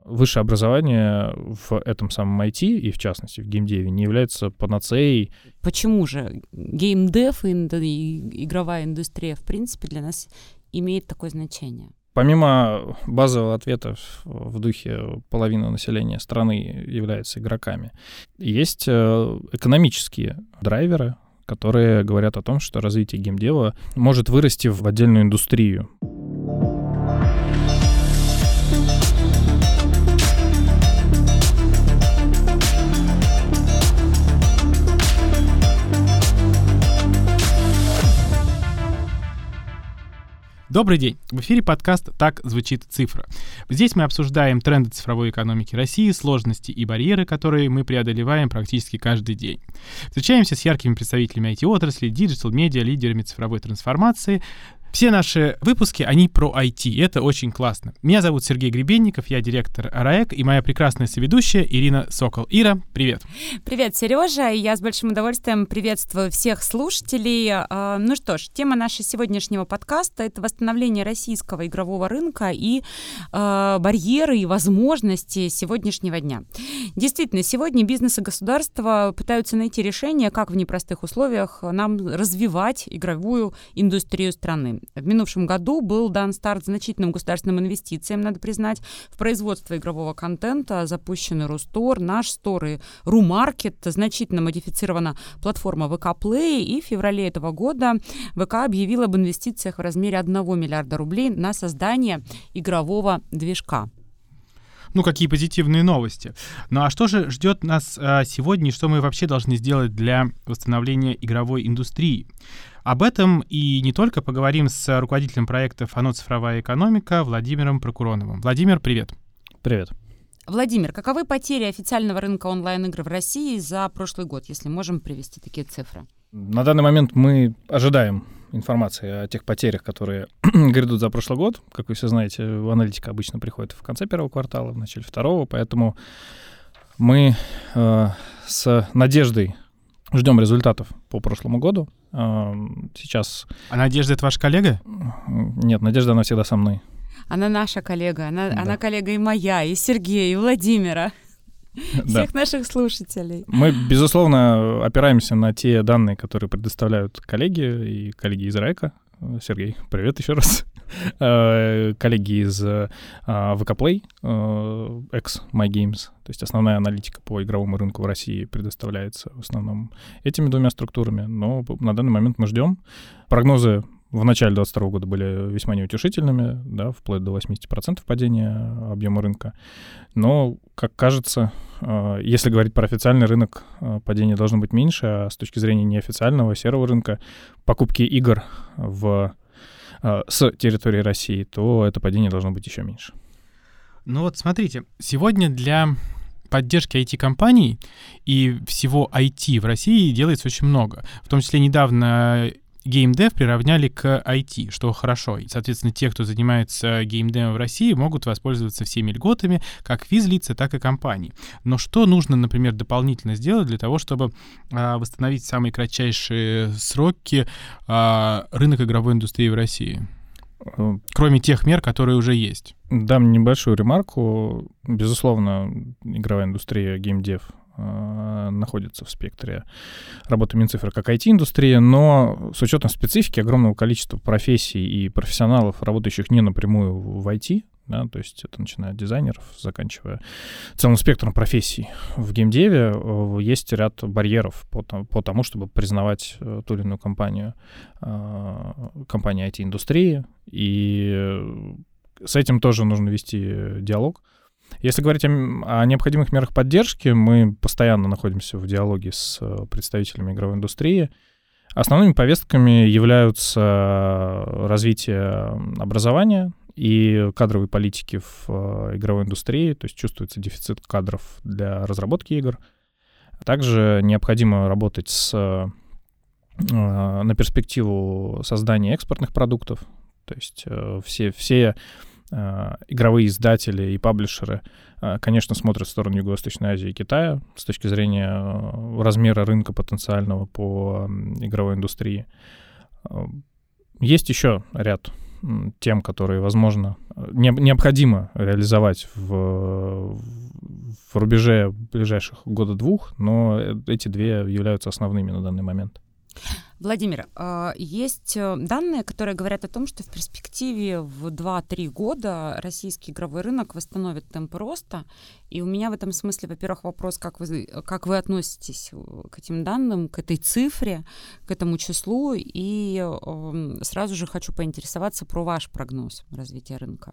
высшее образование в этом самом IT и, в частности, в геймдеве не является панацеей. Почему же геймдев и игровая индустрия, в принципе, для нас имеет такое значение? Помимо базового ответа в духе половина населения страны является игроками, есть экономические драйверы, которые говорят о том, что развитие геймдева может вырасти в отдельную индустрию. Добрый день! В эфире подкаст «Так звучит цифра». Здесь мы обсуждаем тренды цифровой экономики России, сложности и барьеры, которые мы преодолеваем практически каждый день. Встречаемся с яркими представителями IT-отрасли, диджитал-медиа, лидерами цифровой трансформации. Все наши выпуски, они про IT, и это очень классно. Меня зовут Сергей Гребенников, я директор РАЭК, и моя прекрасная соведущая Ирина Сокол. Ира, привет. Привет, Сережа, и я с большим удовольствием приветствую всех слушателей. Ну что ж, тема нашего сегодняшнего подкаста — это восстановление российского игрового рынка и барьеры и возможности сегодняшнего дня. Действительно, сегодня бизнес и государство пытаются найти решение, как в непростых условиях нам развивать игровую индустрию страны. В минувшем году был дан старт значительным государственным инвестициям, надо признать, в производство игрового контента. Запущены Рустор, наш Стор и Румаркет. Значительно модифицирована платформа ВК Play. И в феврале этого года ВК объявила об инвестициях в размере 1 миллиарда рублей на создание игрового движка. Ну, какие позитивные новости. Ну, а что же ждет нас сегодня, и что мы вообще должны сделать для восстановления игровой индустрии? Об этом и не только поговорим с руководителем проекта «ФАНО Цифровая экономика» Владимиром Прокуроновым. Владимир, привет. Привет. Владимир, каковы потери официального рынка онлайн-игр в России за прошлый год, если можем привести такие цифры? На данный момент мы ожидаем информации о тех потерях, которые грядут за прошлый год. Как вы все знаете, аналитика обычно приходит в конце первого квартала, в начале второго, поэтому мы с надеждой ждем результатов по прошлому году. Сейчас... А Надежда — это ваш коллега? Нет, Надежда, она всегда со мной. Она наша коллега, она коллега и моя, и Сергея, и Владимира, всех наших слушателей. Мы, безусловно, опираемся на те данные, которые предоставляют коллеги и коллеги из РАЭКа. Сергей, привет еще раз. Коллеги из ВК Play, ex-MyGames, то есть основная аналитика по игровому рынку в России предоставляется в основном этими двумя структурами, но на данный момент мы ждем. Прогнозы в начале 2022 года были весьма неутешительными, да, вплоть до 80% падения объема рынка. Но, как кажется, если говорить про официальный рынок, падение должно быть меньше, а с точки зрения неофициального серого рынка, покупки игр с территории России, то это падение должно быть еще меньше. Ну вот смотрите, сегодня для поддержки IT-компаний и всего IT в России делается очень много. В том числе недавно геймдев приравняли к IT, что хорошо. И, соответственно, те, кто занимается геймдевом в России, могут воспользоваться всеми льготами, как физлицы, так и компании. Но что нужно, например, дополнительно сделать для того, чтобы восстановить в самые кратчайшие сроки рынок игровой индустрии в России? Кроме тех мер, которые уже есть. Дам небольшую ремарку. Безусловно, игровая индустрия, геймдев находится в спектре работы Минцифры как IT-индустрия, но с учетом специфики огромного количества профессий и профессионалов, работающих не напрямую в IT, да, то есть это начиная от дизайнеров, заканчивая целым спектром профессий в геймдеве, есть ряд барьеров по тому, чтобы признавать ту или иную компанию IT-индустрии, и с этим тоже нужно вести диалог. Если говорить о необходимых мерах поддержки, мы постоянно находимся в диалоге с представителями игровой индустрии. Основными повестками являются развитие образования и кадровой политики в игровой индустрии, то есть чувствуется дефицит кадров для разработки игр. Также необходимо работать на перспективу создания экспортных продуктов, то есть все игровые издатели и паблишеры, конечно, смотрят в сторону Юго-Восточной Азии и Китая с точки зрения размера рынка потенциального по игровой индустрии. Есть еще ряд тем, которые, возможно, необходимо реализовать в в рубеже ближайших года-двух, но эти две являются основными на данный момент. Владимир, есть данные, которые говорят о том, что в перспективе в 2-3 года российский игровой рынок восстановит темпы роста. И у меня в этом смысле, во-первых, вопрос, как вы относитесь к этим данным, к этой цифре, к этому числу. И сразу же хочу поинтересоваться про ваш прогноз развития рынка.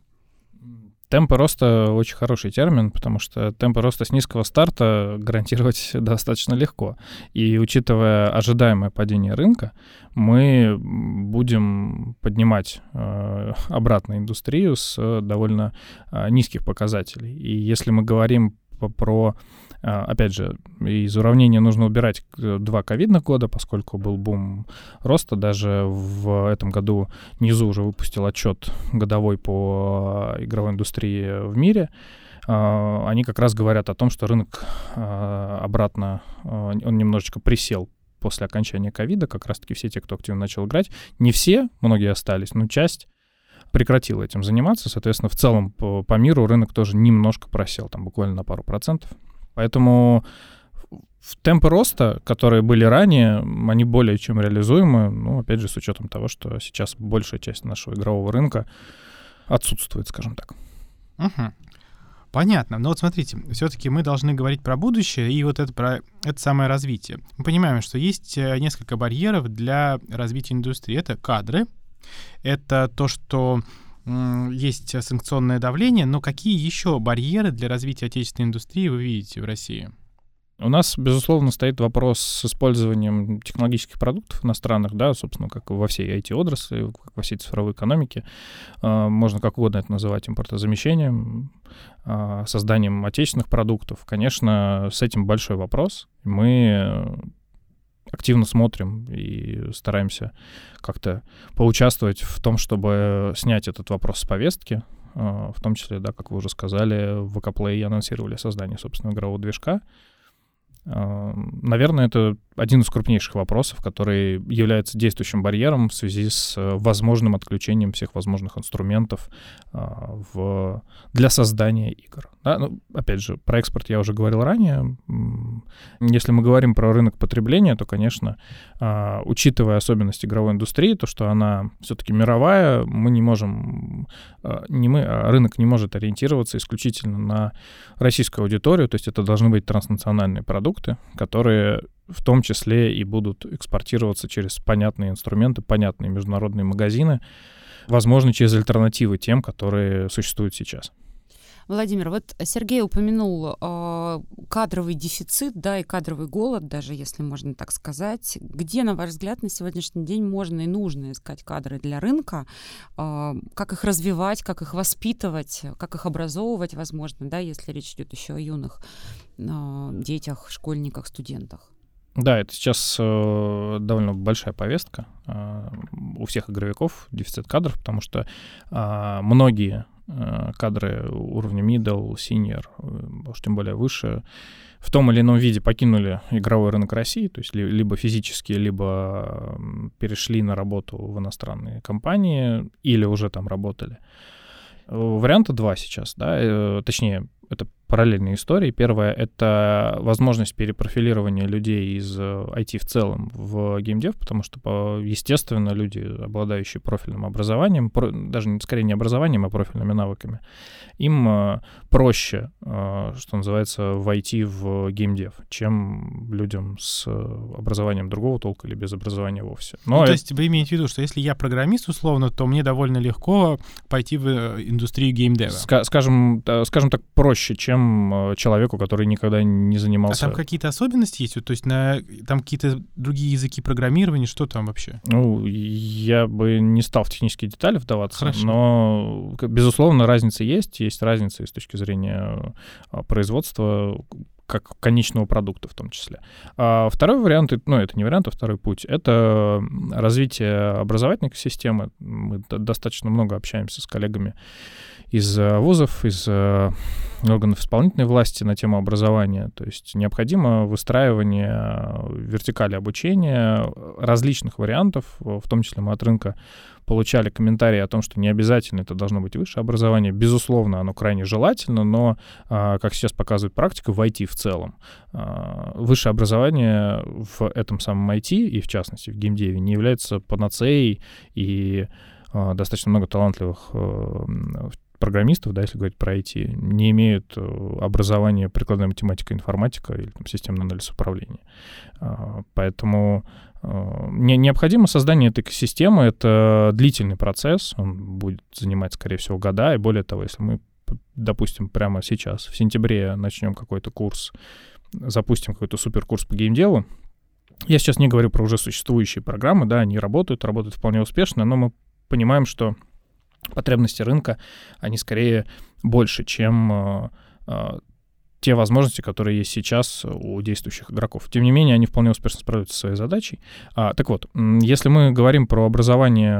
Темпы роста — очень хороший термин, потому что темпы роста с низкого старта гарантировать достаточно легко. И учитывая ожидаемое падение рынка, мы будем поднимать обратно индустрию с довольно низких показателей. И если мы говорим про... Опять же, из уравнения нужно убирать 2 ковидных года, поскольку был бум роста. Даже в этом году НИЗУ уже выпустил отчет годовой по игровой индустрии в мире. Они как раз говорят о том, что рынок обратно, он немножечко присел после окончания ковида. Как раз-таки все те, кто активно начал играть. Не все, многие остались, но часть прекратила этим заниматься. Соответственно, в целом по миру рынок тоже немножко просел, там буквально на пару процентов. Поэтому темпы роста, которые были ранее, они более чем реализуемы, ну, опять же, с учетом того, что сейчас большая часть нашего игрового рынка отсутствует, скажем так. Угу. Понятно. Но вот смотрите, все-таки мы должны говорить про будущее и вот про это самое развитие. Мы понимаем, что есть несколько барьеров для развития индустрии. Это кадры, это то, что есть санкционное давление, но какие еще барьеры для развития отечественной индустрии вы видите в России? У нас, безусловно, стоит вопрос с использованием технологических продуктов иностранных, да, собственно, как во всей IT-отрасли, как во всей цифровой экономике. Можно как угодно это называть импортозамещением, созданием отечественных продуктов. Конечно, с этим большой вопрос. Мы активно смотрим и стараемся как-то поучаствовать в том, чтобы снять этот вопрос с повестки. В том числе, да, как вы уже сказали, в VKPlay анонсировали создание собственного игрового движка. Наверное, это один из крупнейших вопросов, который является действующим барьером в связи с возможным отключением всех возможных инструментов для создания игр. Да? Ну, опять же, про экспорт я уже говорил ранее. Если мы говорим про рынок потребления, то, конечно, учитывая особенности игровой индустрии, то, что она все-таки мировая, мы не можем, не мы, а рынок не может ориентироваться исключительно на российскую аудиторию, то есть это должны быть транснациональные продукты, которые в том числе и будут экспортироваться через понятные инструменты, понятные международные магазины, возможно, через альтернативы тем, которые существуют сейчас. Владимир, вот Сергей упомянул кадровый дефицит, да, и кадровый голод, даже если можно так сказать. Где, на ваш взгляд, на сегодняшний день можно и нужно искать кадры для рынка? Как их развивать, как их воспитывать, как их образовывать, возможно, да, если речь идет еще о юных детях, школьниках, студентах? Да, это сейчас довольно большая повестка у всех игровиков, дефицит кадров, потому что многие кадры уровня middle, senior, уж тем более выше, в том или ином виде покинули игровой рынок России, то есть либо физически, либо перешли на работу в иностранные компании, или уже там работали. Варианта 2 сейчас, да, точнее, это параллельные истории. Первое — это возможность перепрофилирования людей из IT в целом в геймдев, потому что, естественно, люди, обладающие профильным образованием, даже скорее не образованием, а профильными навыками, им проще, что называется, войти в геймдев, чем людям с образованием другого толка или без образования вовсе. Но то есть вы имеете в виду, что если я программист, условно, то мне довольно легко пойти в индустрию геймдева? Скажем так, проще, чем человеку, который никогда не занимался. А там какие-то особенности есть? То есть там какие-то другие языки программирования? Что там вообще? Ну, я бы не стал в технические детали вдаваться. Хорошо. Но, безусловно, разница есть. Есть разница и с точки зрения производства, как конечного продукта в том числе. А второй вариант, ну, это не вариант, а второй путь, это развитие образовательной экосистемы. Мы достаточно много общаемся с коллегами из вузов, из органов исполнительной власти на тему образования. То есть необходимо выстраивание вертикали обучения различных вариантов, в том числе мы от рынка получали комментарии о том, что не обязательно это должно быть высшее образование. Безусловно, оно крайне желательно, но, как сейчас показывает практика, в IT в целом, высшее образование в этом самом IT, и в частности в геймдеве, не является панацеей, и достаточно много талантливых программистов, да, если говорить про IT, не имеют образования прикладная математика, информатика или там, системный анализ управления. Поэтому необходимо создание этой экосистемы. Это длительный процесс, он будет занимать, скорее всего, года. И более того, если мы, допустим, прямо сейчас, в сентябре, начнем какой-то курс, запустим какой-то суперкурс по геймдеву, я сейчас не говорю про уже существующие программы, да, они работают вполне успешно, но мы понимаем, что потребности рынка, они скорее больше, чем те возможности, которые есть сейчас у действующих игроков. Тем не менее, они вполне успешно справляются со своей задачей. Так вот, если мы говорим про образование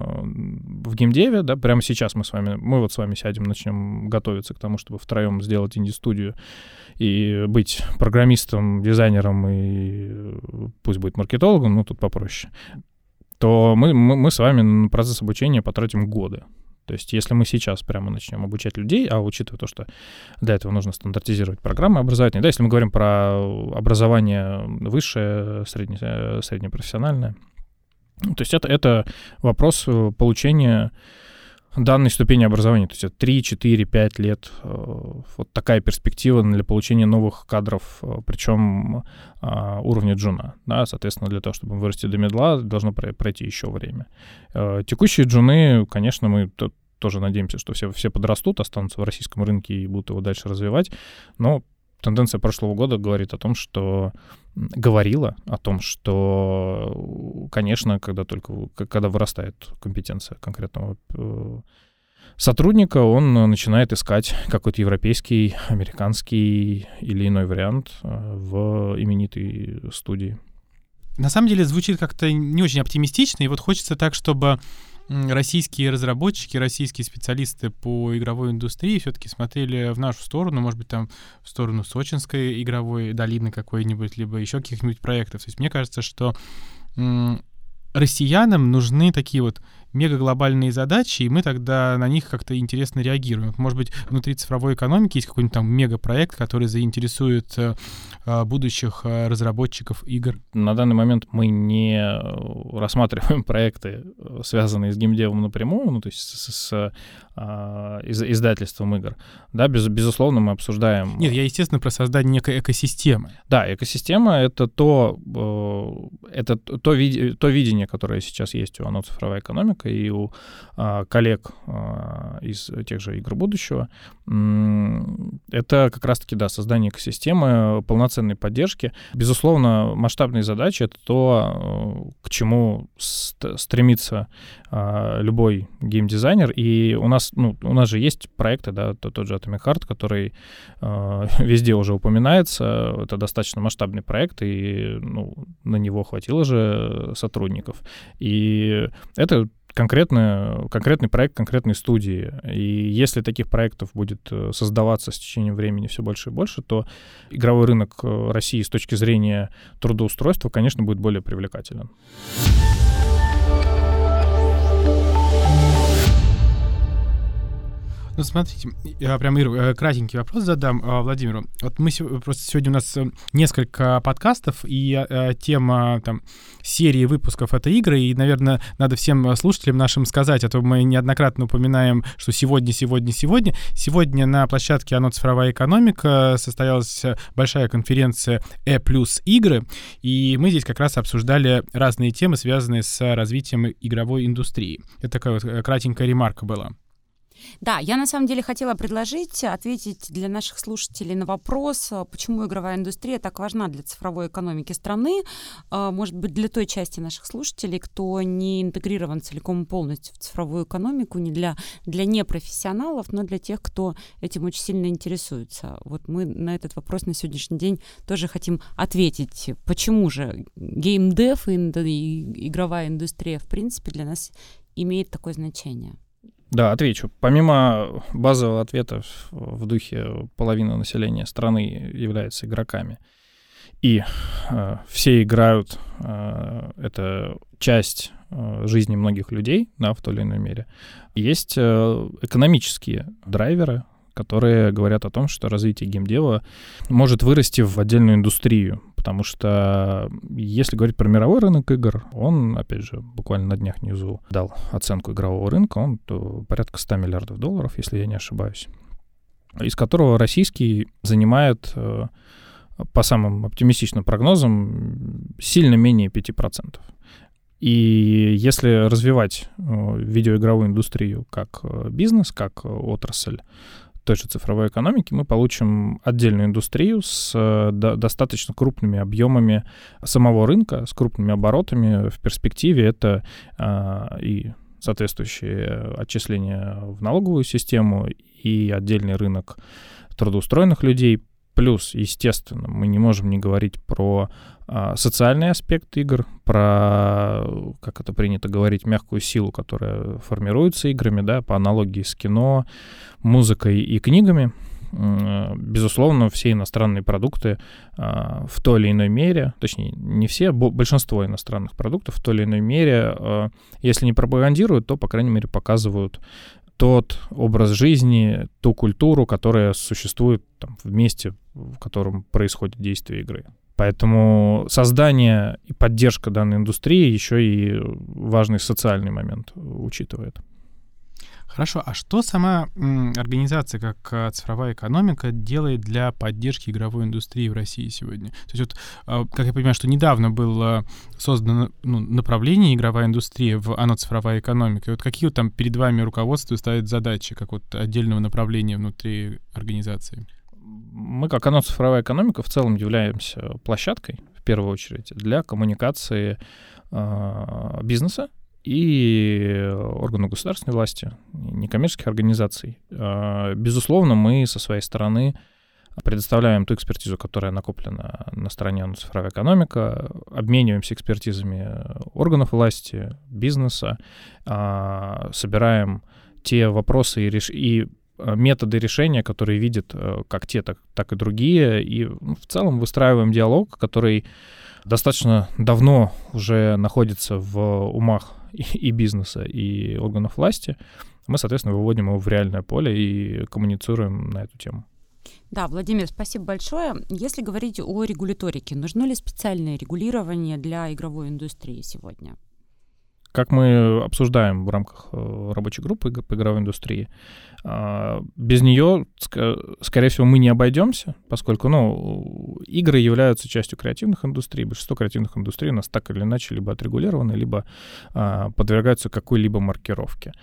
в геймдеве, да, прямо сейчас мы с вами сядем, начнем готовиться к тому, чтобы втроем сделать инди-студию и быть программистом, дизайнером и пусть будет маркетологом, ну, тут попроще, то мы с вами на процесс обучения потратим годы. То есть если мы сейчас прямо начнем обучать людей, а учитывая то, что для этого нужно стандартизировать программы образовательные, да, если мы говорим про образование высшее, среднее профессиональное, то есть это вопрос получения данной ступени образования, то есть это 3, 4, 5 лет, вот такая перспектива для получения новых кадров, причем уровня джуна, да, соответственно, для того, чтобы вырасти до медла, должно пройти еще время. Текущие джуны, конечно, мы тоже надеемся, что все подрастут, останутся в российском рынке и будут его дальше развивать, но тенденция прошлого года говорила о том, что, конечно, когда вырастает компетенция конкретного сотрудника, он начинает искать какой-то европейский, американский или иной вариант в именитой студии. На самом деле звучит как-то не очень оптимистично, и вот хочется так, чтобы российские разработчики, российские специалисты по игровой индустрии все-таки смотрели в нашу сторону, может быть, там в сторону сочинской игровой долины какой-нибудь, либо еще каких-нибудь проектов. То есть мне кажется, что россиянам нужны такие вот мегаглобальные задачи, и мы тогда на них как-то интересно реагируем. Может быть, внутри цифровой экономики есть какой-нибудь там мегапроект, который заинтересует будущих разработчиков игр? На данный момент мы не рассматриваем проекты, связанные с геймдевом напрямую, ну, то есть с издательством игр. Да, безусловно, мы обсуждаем... Нет, я, естественно, про создание некой экосистемы. Да, экосистема — это то видение, которое сейчас есть у ОНО «Цифровая экономика» и у коллег из тех же игр будущего. Это как раз-таки, да, создание экосистемы, полноценной поддержки. Безусловно, масштабные задачи — это то, к чему стремится любой геймдизайнер. И у нас же есть проекты, да, тот же Atomic Heart, который везде уже упоминается. Это достаточно масштабный проект, и на него хватило же сотрудников. И это конкретный проект конкретной студии. И если таких проектов будет создаваться с течением времени все больше и больше, то игровой рынок России с точки зрения трудоустройства, конечно, будет более привлекателен. Ну, смотрите, я прям, Ир, кратенький вопрос задам Владимиру. Вот просто сегодня у нас несколько подкастов, и тема там серии выпусков — это игры, и, наверное, надо всем слушателям нашим сказать, а то мы неоднократно упоминаем, что сегодня на площадке ОНО «Цифровая экономика» состоялась большая конференция плюс игры, и мы здесь как раз обсуждали разные темы, связанные с развитием игровой индустрии. Это такая вот кратенькая ремарка была. Да, я на самом деле хотела ответить для наших слушателей на вопрос, почему игровая индустрия так важна для цифровой экономики страны. Может быть, для той части наших слушателей, кто не интегрирован целиком и полностью в цифровую экономику, не для непрофессионалов, но для тех, кто этим очень сильно интересуется. Вот мы на этот вопрос на сегодняшний день тоже хотим ответить. Почему же геймдев и игровая индустрия, в принципе, для нас имеет такое значение? Да, отвечу. Помимо базового ответа в духе половина населения страны является игроками, и все играют, это часть жизни многих людей, да, в той или иной мере. Есть экономические драйверы, которые говорят о том, что развитие геймдева может вырасти в отдельную индустрию, потому что если говорить про мировой рынок игр, он, опять же, буквально на днях внизу дал оценку игрового рынка, он порядка $100 миллиардов, если я не ошибаюсь, из которого российский занимает, по самым оптимистичным прогнозам, сильно менее 5%. И если развивать видеоигровую индустрию как бизнес, как отрасль той же цифровой экономики, мы получим отдельную индустрию с достаточно крупными объемами самого рынка, с крупными оборотами. В перспективе это и соответствующие отчисления в налоговую систему, и отдельный рынок трудоустроенных людей. Плюс, естественно, мы не можем не говорить про социальный аспект игр, про, как это принято говорить, мягкую силу, которая формируется играми, да, по аналогии с кино, музыкой и книгами. Безусловно, все иностранные продукты в той или иной мере, точнее, не все, большинство иностранных продуктов в той или иной мере, если не пропагандируют, то, по крайней мере, показывают тот образ жизни, ту культуру, которая существует там, в месте, в котором происходит действие игры. Поэтому создание и поддержка данной индустрии еще и важный социальный момент учитывает. Хорошо, а что сама организация, как цифровая экономика, делает для поддержки игровой индустрии в России сегодня? То есть вот, как я понимаю, что недавно было создано направление игровая индустрия в АНО цифровая экономика. И вот какие там перед вами руководство ставит задачи, как вот отдельного направления внутри организации? Мы, как АНО цифровая экономика, в целом являемся площадкой, в первую очередь, для коммуникации бизнеса и органов государственной власти, некоммерческих организаций. Безусловно, мы со своей стороны предоставляем ту экспертизу, которая накоплена на стороне АНО цифровая экономика, обмениваемся экспертизами органов власти, бизнеса, собираем те вопросы и методы решения, которые видят как те, так и другие, и в целом выстраиваем диалог, который достаточно давно уже находится в умах и бизнеса, и органов власти. Мы, соответственно, выводим его в реальное поле и коммуницируем на эту тему. Да, Владимир, спасибо большое. Если говорить о регуляторике, нужно ли специальное регулирование для игровой индустрии сегодня? Как мы обсуждаем в рамках рабочей группы по игровой индустрии, без нее, скорее всего, мы не обойдемся, поскольку игры являются частью креативных индустрий. Большинство креативных индустрий у нас так или иначе либо отрегулированы, либо подвергаются какой-либо маркировке.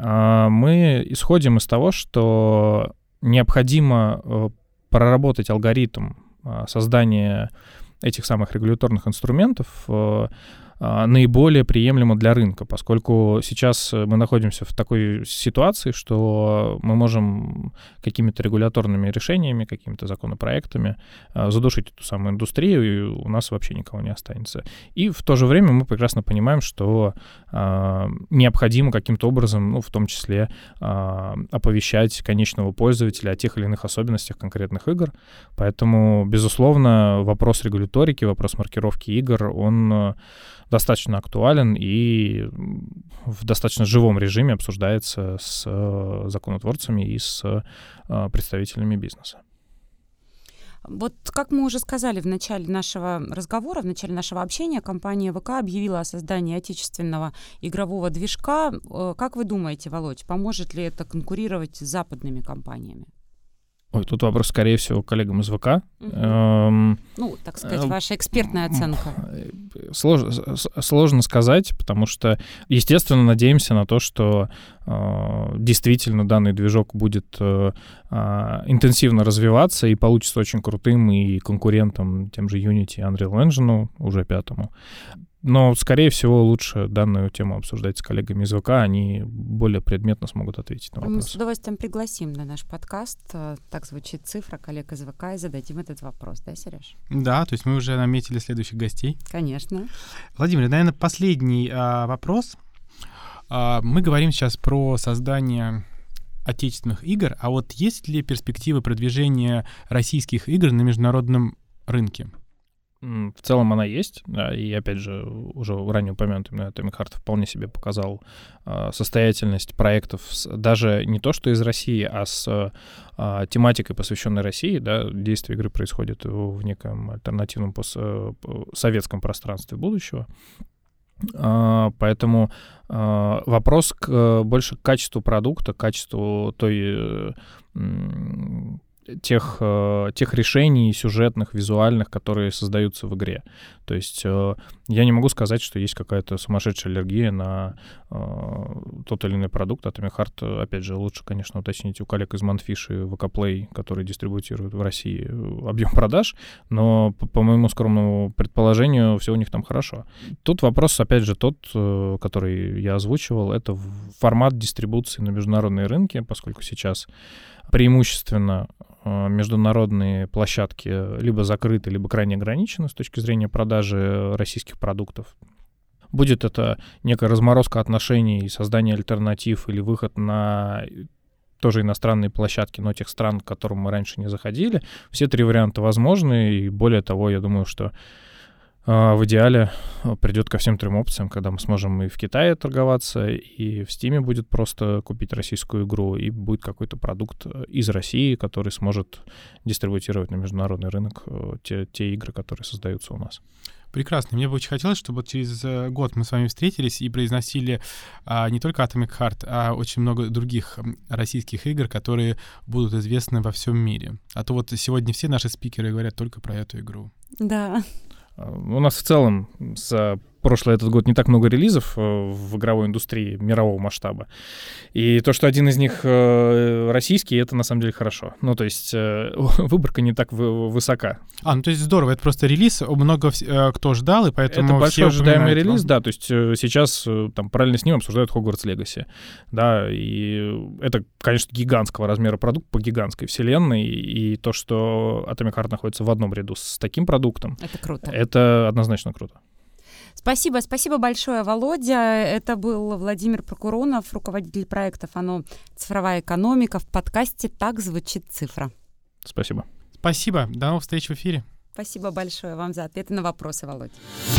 Мы исходим из того, что необходимо проработать алгоритм создания этих самых регуляторных инструментов наиболее приемлемо для рынка, поскольку сейчас мы находимся в такой ситуации, что мы можем какими-то регуляторными решениями, какими-то законопроектами задушить эту самую индустрию, и у нас вообще никого не останется. И в то же время мы прекрасно понимаем, что необходимо каким-то образом, в том числе, оповещать конечного пользователя о тех или иных особенностях конкретных игр. Поэтому, безусловно, вопрос регуляторики, вопрос маркировки игр, он достаточно актуален и в достаточно живом режиме обсуждается с законотворцами и с представителями бизнеса. Вот как мы уже сказали в начале нашего разговора, в начале нашего общения, компания ВК объявила о создании отечественного игрового движка. Как вы думаете, Володь, поможет ли это конкурировать с западными компаниями? Ой, тут вопрос, скорее всего, коллегам из ВК. Так сказать, ваша экспертная оценка. Сложно сказать, потому что, естественно, надеемся на то, что действительно данный движок будет интенсивно развиваться и получится очень крутым и конкурентом тем же Unity и Unreal Engine, уже 5-му. Но, скорее всего, лучше данную тему обсуждать с коллегами из ВК, они более предметно смогут ответить на вопрос. Мы с удовольствием пригласим на наш подкаст, так звучит цифра, коллег из ВК, и зададим этот вопрос, да, Сереж? Да, то есть мы уже наметили следующих гостей. Конечно. Владимир, наверное, последний вопрос. Мы говорим сейчас про создание отечественных игр, а вот есть ли перспективы продвижения российских игр на международном рынке? В целом она есть, да, и опять же, уже ранее упомянутый Atomic Heart вполне себе показал состоятельность проектов, даже не то, что из России, а с тематикой, посвященной России, да, действие игры происходит в неком альтернативном советском пространстве будущего. Поэтому вопрос больше к качеству продукта, качеству тех решений сюжетных, визуальных, которые создаются в игре. То есть я не могу сказать, что есть какая-то сумасшедшая аллергия на тот или иной продукт. Atomic Heart, опять же, лучше, конечно, уточнить у коллег из Monfish и VKplay, которые дистрибутируют в России объем продаж, но по моему скромному предположению, все у них там хорошо. Тут вопрос, опять же, тот, который я озвучивал, это формат дистрибуции на международные рынки, поскольку сейчас преимущественно международные площадки либо закрыты, либо крайне ограничены с точки зрения продажи российских продуктов. Будет это некая разморозка отношений и создание альтернатив или выход на тоже иностранные площадки, но тех стран, к которым мы раньше не заходили. Все три варианта возможны, и более того, я думаю, что в идеале придет ко всем трем опциям, когда мы сможем и в Китае торговаться, и в Steam будет просто купить российскую игру, и будет какой-то продукт из России, который сможет дистрибутировать на международный рынок те игры, которые создаются у нас. Прекрасно. Мне бы очень хотелось, чтобы вот через год мы с вами встретились и произносили не только Atomic Heart, а очень много других российских игр, которые будут известны во всем мире. А то вот сегодня все наши спикеры говорят только про эту игру. Да. У нас в целом за прошлый этот год не так много релизов в игровой индустрии мирового масштаба. И то, что один из них российский, это на самом деле хорошо. Ну, то есть выборка не так высока. Ну то есть здорово. Это просто релиз, много кто ждал, и поэтому это большой ожидаемый релиз, его. Да. То есть сейчас там параллельно с ним обсуждают Hogwarts Legacy. Да, и это, конечно, гигантского размера продукт по гигантской вселенной. И то, что Atomic Heart находится в одном ряду с таким продуктом, это круто. Это однозначно круто. Спасибо большое, Володя. Это был Владимир Прокуронов, руководитель проектов «Оно. Цифровая экономика» в подкасте «Так звучит цифра». Спасибо. Спасибо. До новых встреч в эфире. Спасибо большое вам за ответы на вопросы, Володя.